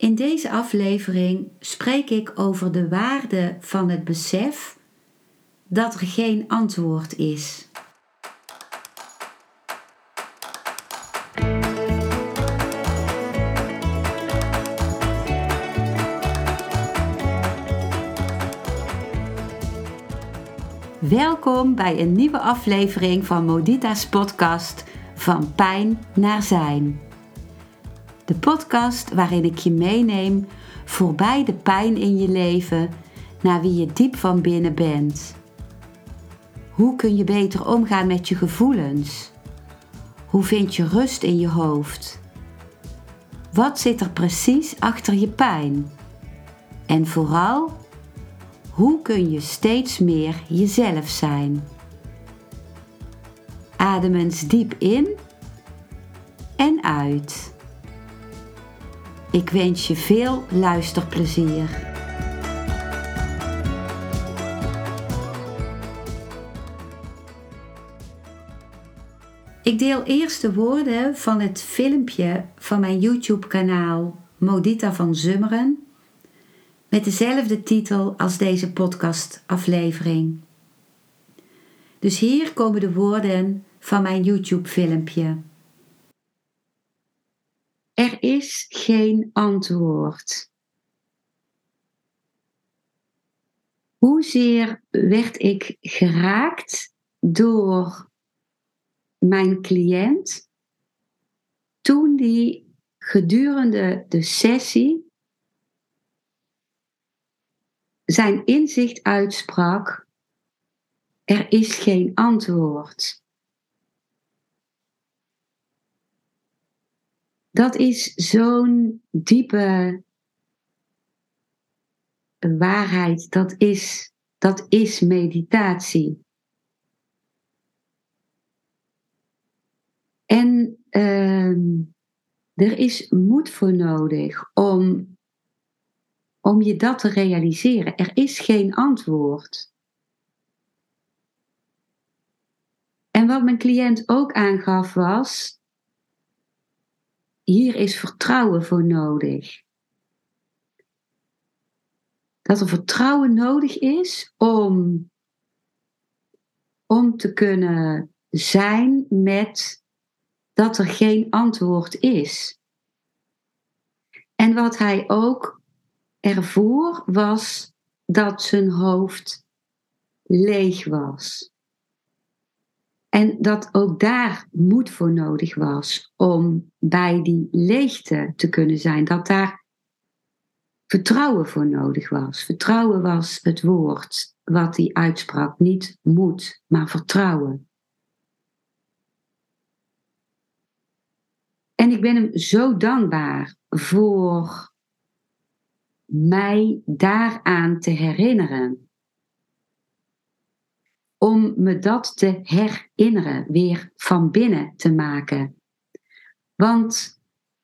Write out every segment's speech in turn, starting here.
In deze aflevering spreek ik over de waarde van het besef dat er geen antwoord is. Welkom bij een nieuwe aflevering van Modita's podcast Van Pijn naar Zijn. De podcast waarin ik je meeneem voorbij de pijn in je leven naar wie je diep van binnen bent. Hoe kun je beter omgaan met je gevoelens? Hoe vind je rust in je hoofd? Wat zit er precies achter je pijn? En vooral, hoe kun je steeds meer jezelf zijn? Adem eens diep in en uit. Ik wens je veel luisterplezier. Ik deel eerst de woorden van het filmpje van mijn YouTube-kanaal Modita van Zummeren met dezelfde titel als deze podcastaflevering. Dus hier komen de woorden van mijn YouTube-filmpje. Er is geen antwoord. Hoezeer werd ik geraakt door mijn cliënt toen die gedurende de sessie zijn inzicht uitsprak: er is geen antwoord. Dat is zo'n diepe waarheid. Dat is meditatie. En er is moed voor nodig om je dat te realiseren. Er is geen antwoord. En wat mijn cliënt ook aangaf was: hier is vertrouwen voor nodig. Dat er vertrouwen nodig is om te kunnen zijn met dat er geen antwoord is. En wat hij ook ervoor was dat zijn hoofd leeg was. En dat ook daar moed voor nodig was om bij die leegte te kunnen zijn. Dat daar vertrouwen voor nodig was. Vertrouwen was het woord wat hij uitsprak. Niet moed, maar vertrouwen. En ik ben hem zo dankbaar voor mij daaraan te herinneren. Om me dat te herinneren, weer van binnen te maken. Want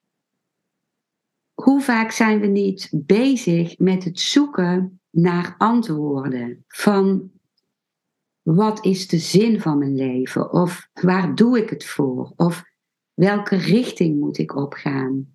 hoe vaak zijn we niet bezig met het zoeken naar antwoorden? Van wat is de zin van mijn leven? Of waar doe ik het voor? Of welke richting moet ik opgaan?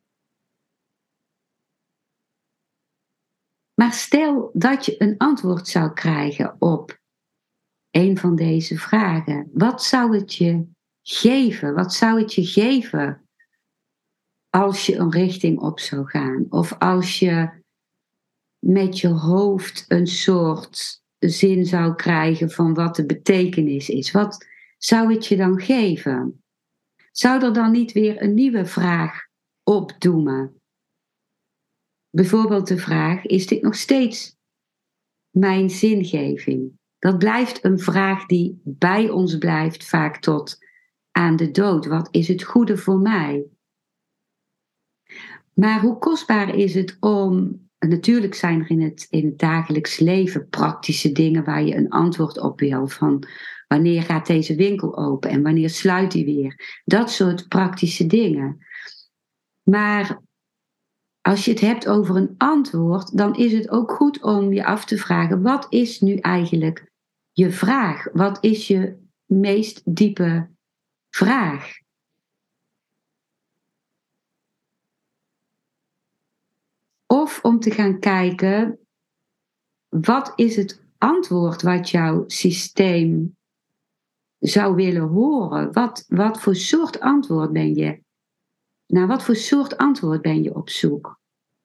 Maar stel dat je een antwoord zou krijgen op een van deze vragen. Wat zou het je geven? Wat zou het je geven als je een richting op zou gaan? Of als je met je hoofd een soort zin zou krijgen van wat de betekenis is? Wat zou het je dan geven? Zou er dan niet weer een nieuwe vraag opdoemen? Bijvoorbeeld de vraag: is dit nog steeds mijn zingeving? Dat blijft een vraag die bij ons blijft, vaak tot aan de dood. Wat is het goede voor mij? Maar hoe kostbaar is het om... Natuurlijk zijn er in het dagelijks leven praktische dingen waar je een antwoord op wil. Van wanneer gaat deze winkel open en wanneer sluit die weer? Dat soort praktische dingen. Maar als je het hebt over een antwoord, dan is het ook goed om je af te vragen: wat is nu eigenlijk je vraag? Wat is je meest diepe vraag? Of om te gaan kijken, wat is het antwoord wat jouw systeem zou willen horen? Wat voor soort antwoord ben je? Naar wat voor soort antwoord ben je op zoek?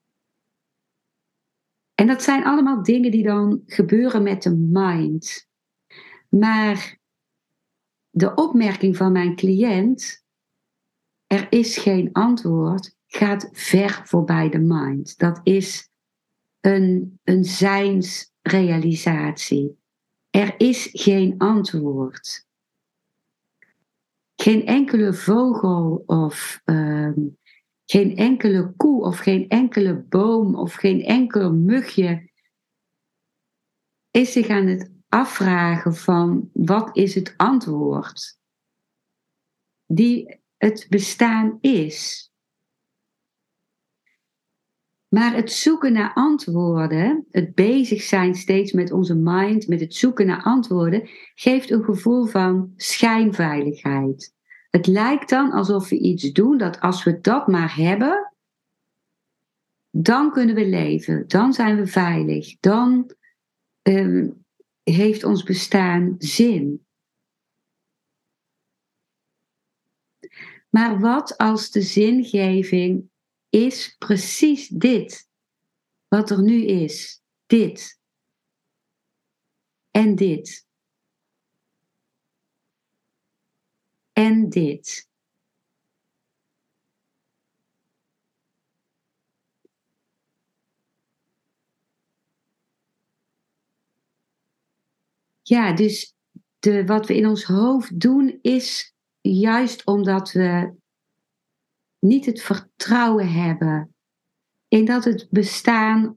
En dat zijn allemaal dingen die dan gebeuren met de mind. Maar de opmerking van mijn cliënt, er is geen antwoord, gaat ver voorbij de mind. Dat is een zijnsrealisatie. Er is geen antwoord. Geen enkele vogel of geen enkele koe of geen enkele boom of geen enkel mugje is zich aan het afvragen van wat is het antwoord die het bestaan is. Maar het zoeken naar antwoorden, het bezig zijn steeds met onze mind, met het zoeken naar antwoorden, geeft een gevoel van schijnveiligheid. Het lijkt dan alsof we iets doen dat als we dat maar hebben, dan kunnen we leven, dan zijn we veilig, dan heeft ons bestaan zin. Maar wat als de zingeving is precies dit, wat er nu is, dit en dit en dit. Ja, dus wat we in ons hoofd doen is juist omdat we niet het vertrouwen hebben in dat het bestaan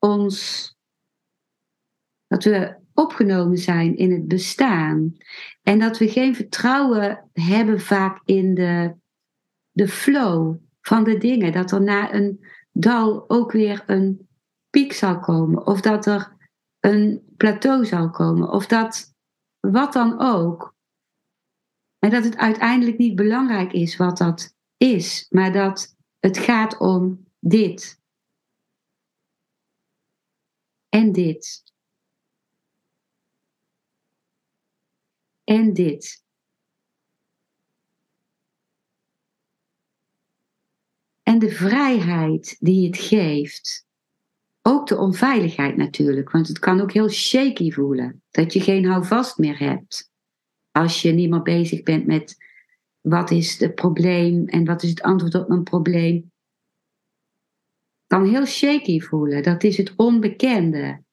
dat we opgenomen zijn in het bestaan. En dat we geen vertrouwen hebben vaak in de flow van de dingen. Dat er na een dal ook weer een piek zal komen. Of dat er een plateau zal komen. Of dat, wat dan ook. En dat het uiteindelijk niet belangrijk is wat dat is. Maar dat het gaat om dit. En dit. En dit. En de vrijheid die het geeft. Ook de onveiligheid natuurlijk. Want het kan ook heel shaky voelen. Dat je geen houvast meer hebt. Als je niet meer bezig bent met wat is het probleem en wat is het antwoord op mijn probleem. Het kan heel shaky voelen. Dat is het onbekende.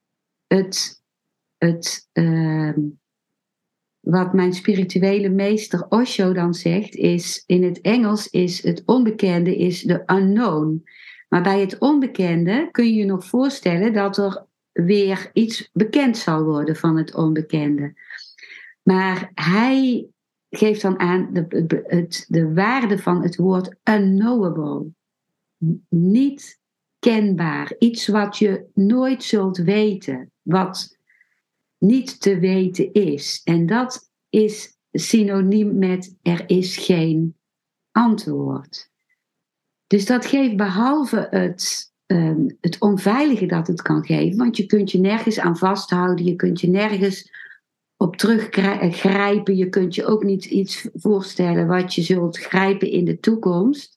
Wat mijn spirituele meester Osho dan zegt, is in het Engels is het onbekende is de unknown. Maar bij het onbekende kun je je nog voorstellen dat er weer iets bekend zal worden van het onbekende. Maar hij geeft dan aan de waarde van het woord unknowable. Niet kenbaar. Iets wat je nooit zult weten. Wat niet te weten is. En dat is synoniem met er is geen antwoord. Dus dat geeft behalve het onveilige dat het kan geven, want je kunt je nergens aan vasthouden, je kunt je nergens op teruggrijpen, je kunt je ook niet iets voorstellen wat je zult grijpen in de toekomst.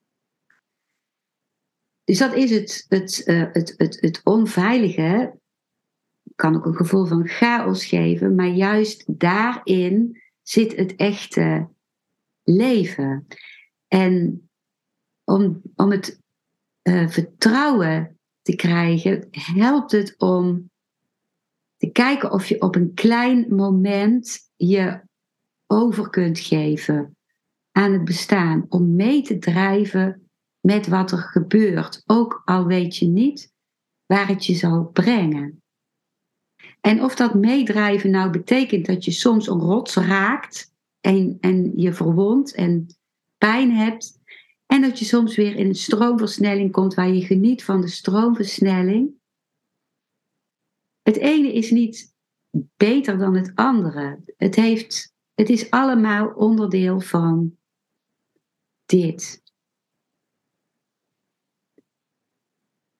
Dus dat is het onveilige. Kan ook een gevoel van chaos geven, maar juist daarin zit het echte leven. En om het vertrouwen te krijgen, helpt het om te kijken of je op een klein moment je over kunt geven aan het bestaan. Om mee te drijven met wat er gebeurt. Ook al weet je niet waar het je zal brengen. En of dat meedrijven nou betekent dat je soms een rots raakt en je verwondt en pijn hebt. En dat je soms weer in een stroomversnelling komt waar je geniet van de stroomversnelling. Het ene is niet beter dan het andere. Het is allemaal onderdeel van dit.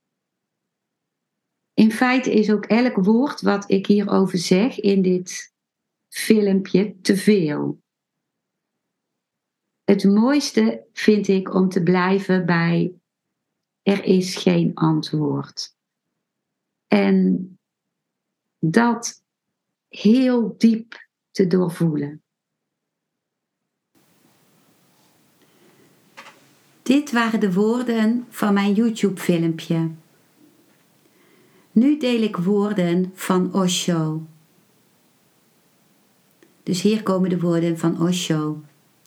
in feite is ook elk woord wat ik hierover zeg in dit filmpje te veel. Het mooiste vind ik om te blijven bij er is geen antwoord. En dat heel diep te doorvoelen. Dit waren de woorden van mijn YouTube-filmpje. Nu deel ik woorden van Osho. Dus hier komen de woorden van Osho.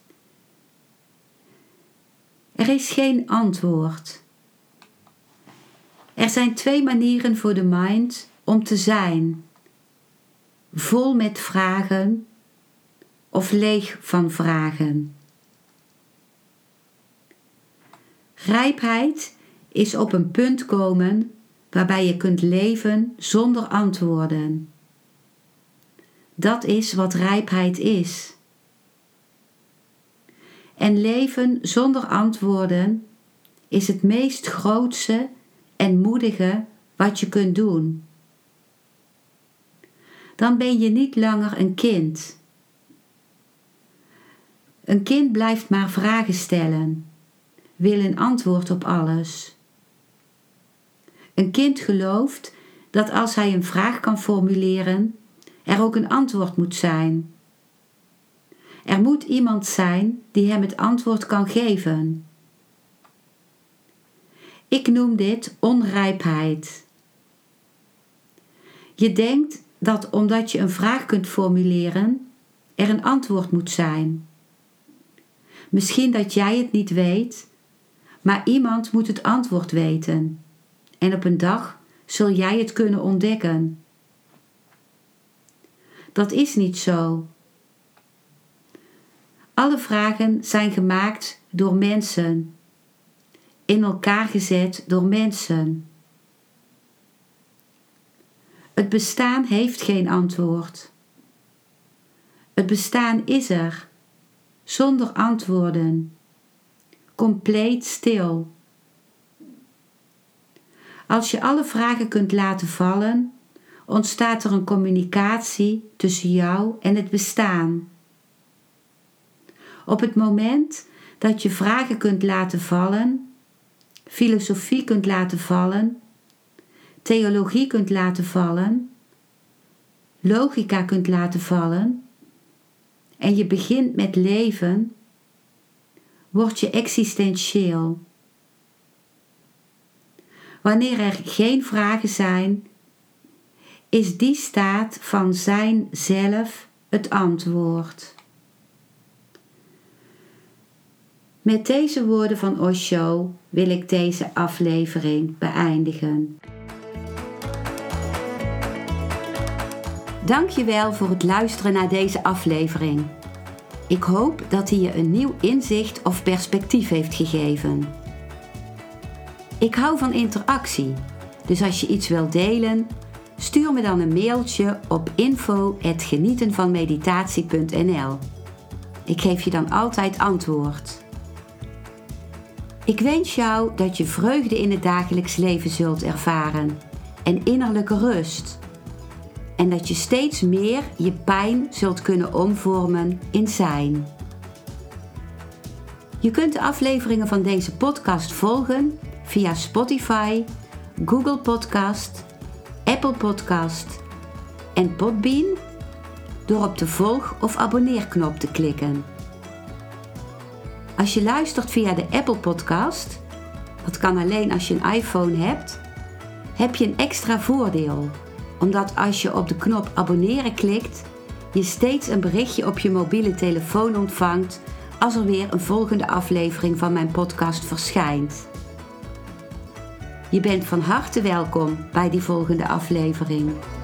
Er is geen antwoord. Er zijn 2 manieren voor de mind om te zijn. Vol met vragen of leeg van vragen. Rijpheid is op een punt komen waarbij je kunt leven zonder antwoorden. Dat is wat rijpheid is. En leven zonder antwoorden is het meest grootse en moedige wat je kunt doen. Dan ben je niet langer een kind. Een kind blijft maar vragen stellen, wil een antwoord op alles. Een kind gelooft dat als hij een vraag kan formuleren, er ook een antwoord moet zijn. Er moet iemand zijn die hem het antwoord kan geven. Ik noem dit onrijpheid. Je denkt dat omdat je een vraag kunt formuleren, er een antwoord moet zijn. Misschien dat jij het niet weet, maar iemand moet het antwoord weten. En op een dag zul jij het kunnen ontdekken. Dat is niet zo. Alle vragen zijn gemaakt door mensen, in elkaar gezet door mensen. Het bestaan heeft geen antwoord. Het bestaan is er, zonder antwoorden, compleet stil. Als je alle vragen kunt laten vallen, ontstaat er een communicatie tussen jou en het bestaan. Op het moment dat je vragen kunt laten vallen, filosofie kunt laten vallen, theologie kunt laten vallen, logica kunt laten vallen en je begint met leven, word je existentieel. Wanneer er geen vragen zijn, is die staat van zijn zelf het antwoord. Met deze woorden van Osho wil ik deze aflevering beëindigen. Dankjewel voor het luisteren naar deze aflevering. Ik hoop dat hij je een nieuw inzicht of perspectief heeft gegeven. Ik hou van interactie, dus als je iets wilt delen, stuur me dan een mailtje op info@genietenvanmeditatie.nl. Ik geef je dan altijd antwoord. Ik wens jou dat je vreugde in het dagelijks leven zult ervaren en innerlijke rust. En dat je steeds meer je pijn zult kunnen omvormen in zijn. Je kunt de afleveringen van deze podcast volgen via Spotify, Google Podcast, Apple Podcast en Podbean door op de volg- of abonneerknop te klikken. Als je luistert via de Apple Podcast, dat kan alleen als je een iPhone hebt, heb je een extra voordeel. Omdat als je op de knop abonneren klikt, je steeds een berichtje op je mobiele telefoon ontvangt als er weer een volgende aflevering van mijn podcast verschijnt. Je bent van harte welkom bij die volgende aflevering.